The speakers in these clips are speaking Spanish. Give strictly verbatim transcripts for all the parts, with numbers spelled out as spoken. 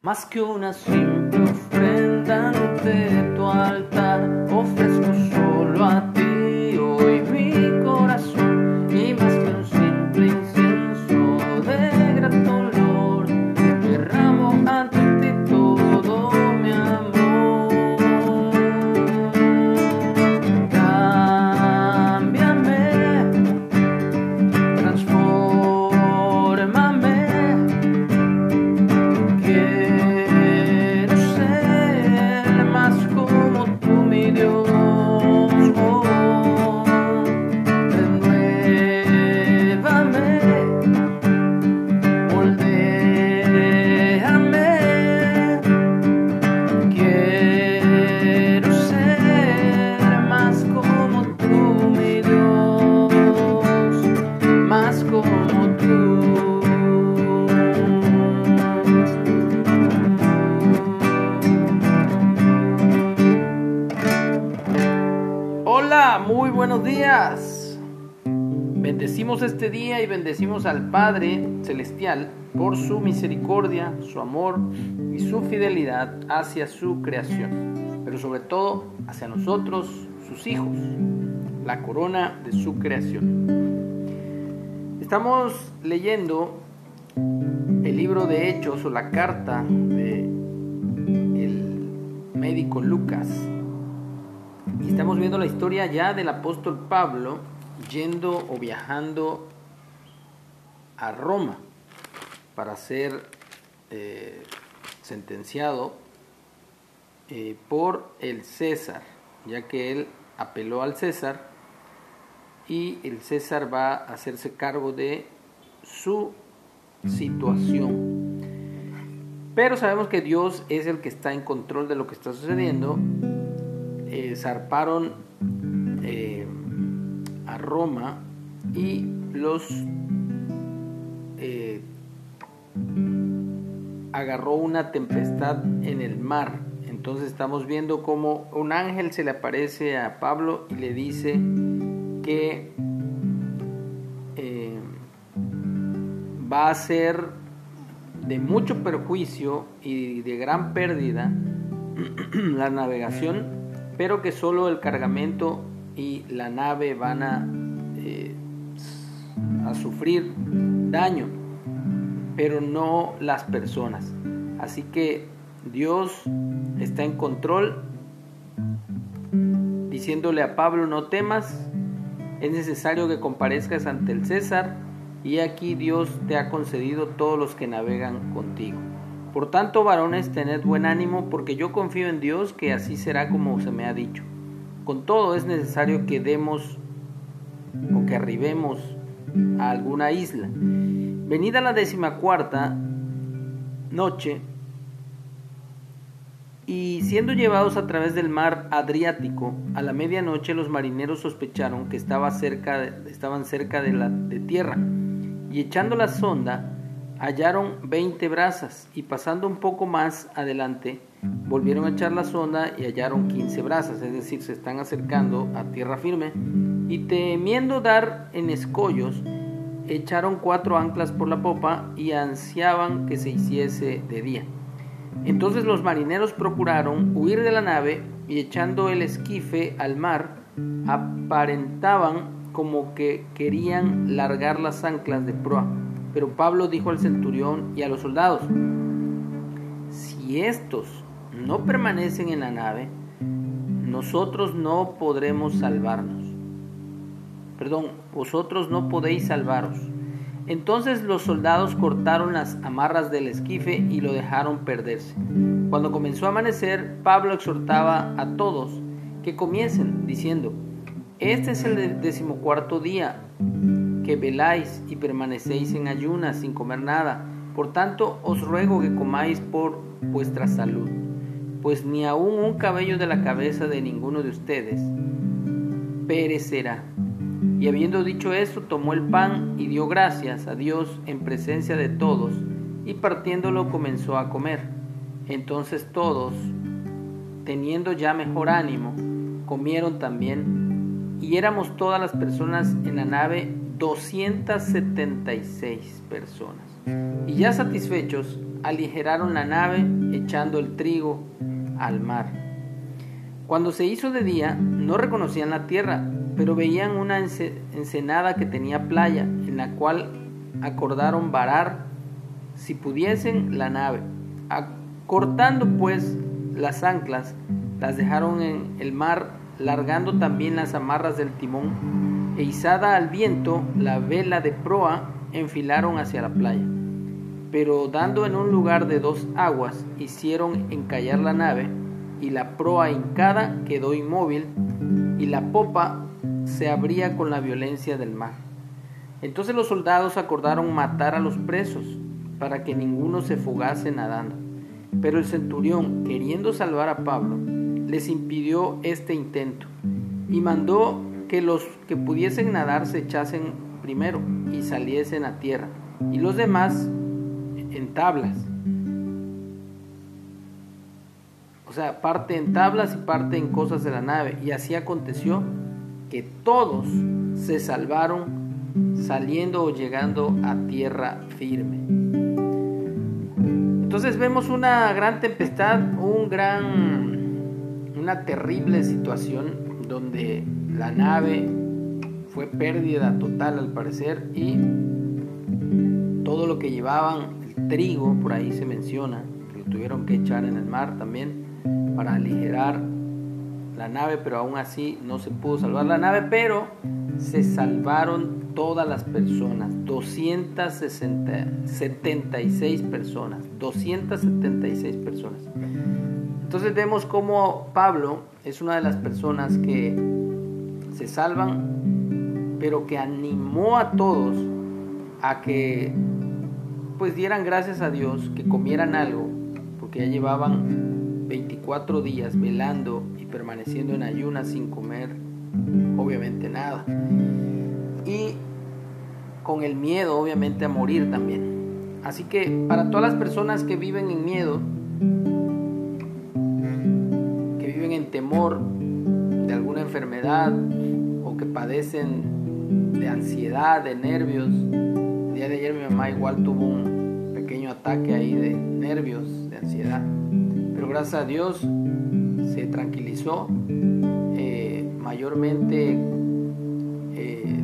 Más que una simple ofrenda ante tu altar, ofrezco solo a ti hoy mi corazón, y más que un simple incienso de grato olor, derramo ante ti todo mi amor. Cámbiame, transfórmame, quiero ser más como tú, mi Dios. Oh, renuévame, moldéame, quiero ser más como tú, mi Dios, más como tú. Hola, muy buenos días. Bendecimos este día y bendecimos al Padre Celestial por su misericordia, su amor y su fidelidad hacia su creación, pero sobre todo hacia nosotros, sus hijos, la corona de su creación. Estamos leyendo el libro de Hechos o la carta de el médico Lucas. Y estamos viendo la historia ya del apóstol Pablo yendo o viajando a Roma para ser eh, sentenciado eh, por el César, ya que él apeló al César y el César va a hacerse cargo de su situación. Pero sabemos que Dios es el que está en control de lo que está sucediendo. Eh, zarparon eh, a Roma y los eh, agarró una tempestad en el mar. Entonces estamos viendo cómo un ángel se le aparece a Pablo y le dice que eh, va a ser de mucho perjuicio y de gran pérdida la navegación, pero que solo el cargamento y la nave van a, eh, a sufrir daño, pero no las personas. Así que Dios está en control, diciéndole a Pablo: no temas, es necesario que comparezcas ante el César, y aquí Dios te ha concedido todos los que navegan contigo. Por tanto, varones, tened buen ánimo, porque yo confío en Dios que así será como se me ha dicho. Con todo es necesario que demos o que arribemos a alguna isla. Venida la decimacuarta noche, y siendo llevados a través del mar Adriático, a la medianoche los marineros sospecharon que estaba cerca de, estaban cerca de la de tierra, y echando la sonda hallaron veinte brazas, y pasando un poco más adelante volvieron a echar la sonda y hallaron quince brazas, es decir, se están acercando a tierra firme, y temiendo dar en escollos, echaron cuatro anclas por la popa y ansiaban que se hiciese de día. Entonces los marineros procuraron huir de la nave, y echando el esquife al mar, aparentaban como que querían largar las anclas de proa. Pero Pablo dijo al centurión y a los soldados: si estos no permanecen en la nave, nosotros no podremos salvarnos. Perdón, vosotros no podéis salvaros. Entonces los soldados cortaron las amarras del esquife y lo dejaron perderse. Cuando comenzó a amanecer, Pablo exhortaba a todos que comiesen, diciendo: este es el decimocuarto día que veláis y permanecéis en ayunas sin comer nada. Por tanto os ruego que comáis por vuestra salud, pues ni aun un cabello de la cabeza de ninguno de ustedes perecerá. Y habiendo dicho esto, tomó el pan y dio gracias a Dios en presencia de todos, y partiéndolo comenzó a comer. Entonces todos, teniendo ya mejor ánimo, comieron también, y éramos todas las personas en la nave doscientas setenta y seis personas. Y ya satisfechos, aligeraron la nave echando el trigo al mar. Cuando se hizo de día, no reconocían la tierra, pero veían una ensenada que tenía playa, en la cual acordaron varar, si pudiesen, la nave. Cortando pues las anclas, las dejaron en el mar, largando también las amarras del timón, e izada al viento la vela de proa, enfilaron hacia la playa. Pero dando en un lugar de dos aguas, hicieron encallar la nave, y la proa hincada quedó inmóvil, y la popa se abría con la violencia del mar. Entonces los soldados acordaron matar a los presos, para que ninguno se fugase nadando. Pero el centurión, queriendo salvar a Pablo, les impidió este intento, y mandó que los que pudiesen nadar se echasen primero y saliesen a tierra, y los demás en tablas. O sea, parte en tablas y parte en cosas de la nave. Y así aconteció que todos se salvaron, saliendo o llegando a tierra firme. Entonces vemos una gran tempestad, un gran, una terrible situación donde la nave fue pérdida total al parecer, y todo lo que llevaban, el trigo, por ahí se menciona, que lo tuvieron que echar en el mar también para aligerar la nave, pero aún así no se pudo salvar la nave, pero se salvaron todas las personas, doscientas setenta y seis personas, doscientas setenta y seis personas. Entonces vemos cómo Pablo es una de las personas que se salvan, pero que animó a todos a que pues dieran gracias a Dios, que comieran algo, porque ya llevaban veinticuatro días velando y permaneciendo en ayunas sin comer obviamente nada, y con el miedo obviamente a morir también. Así que para todas las personas que viven en miedo, que viven en temor de alguna enfermedad, o que padecen de ansiedad, de nervios. El día de ayer mi mamá igual tuvo un pequeño ataque ahí de nervios, de ansiedad, pero gracias a Dios se tranquilizó. eh, mayormente eh,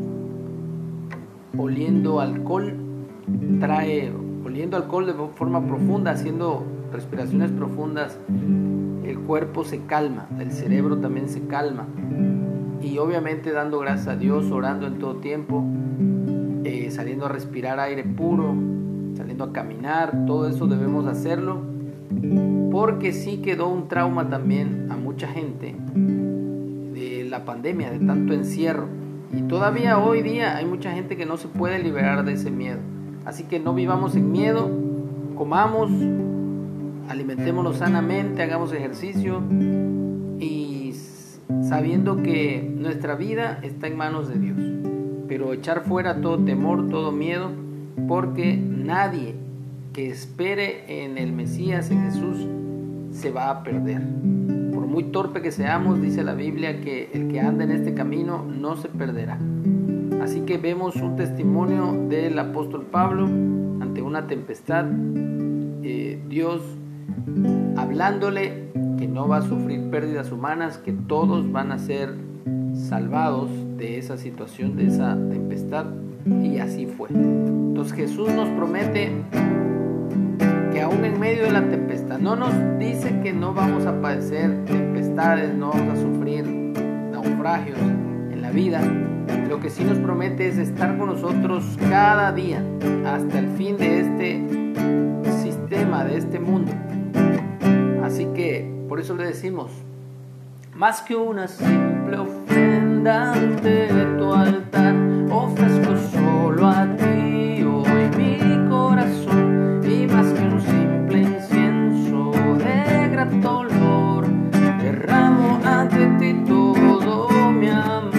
oliendo alcohol, trae oliendo alcohol de forma profunda, haciendo respiraciones profundas, el cuerpo se calma, el cerebro también se calma, y obviamente dando gracias a Dios, orando en todo tiempo, eh, saliendo a respirar aire puro, saliendo a caminar. Todo eso debemos hacerlo, porque sí quedó un trauma también a mucha gente de la pandemia, de tanto encierro, y todavía hoy día hay mucha gente que no se puede liberar de ese miedo. Así que no vivamos en miedo, comamos, alimentémonos sanamente, hagamos ejercicio, y sabiendo que nuestra vida está en manos de Dios, pero echar fuera todo temor, todo miedo, porque nadie que espere en el Mesías, en Jesús, se va a perder. Por muy torpe que seamos, dice la Biblia que el que anda en este camino no se perderá. Así que vemos un testimonio del apóstol Pablo ante una tempestad, eh, Dios hablándole que no va a sufrir pérdidas humanas, que todos van a ser salvados de esa situación, de esa tempestad, y así fue. Entonces Jesús nos promete que aún en medio de la tempestad, no nos dice que no vamos a padecer tempestades, no vamos a sufrir naufragios en la vida. Lo que sí nos promete es estar con nosotros cada día hasta el fin de este sistema, de este mundo. Así que por eso le decimos, más que una simple ofrenda ante tu altar, ofrezco solo a ti hoy mi corazón, y más que un simple incienso de grato olor, derramo ante ti todo mi amor.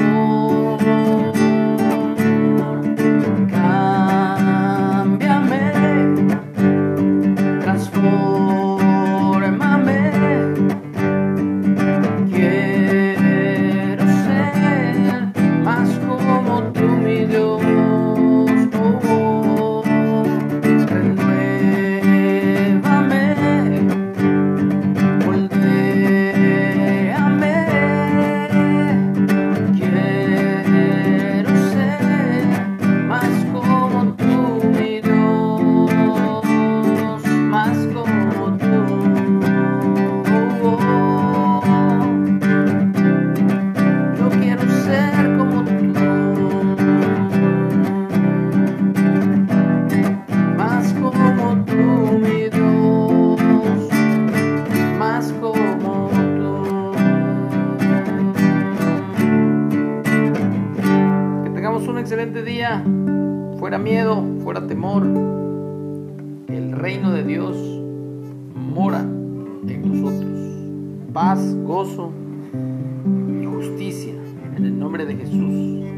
Cámbiame, transfórmame, quiero ser más como tú, mi Dios. fuera miedo, fuera temor, el reino de Dios mora en nosotros. Paz, gozo y justicia en el nombre de Jesús.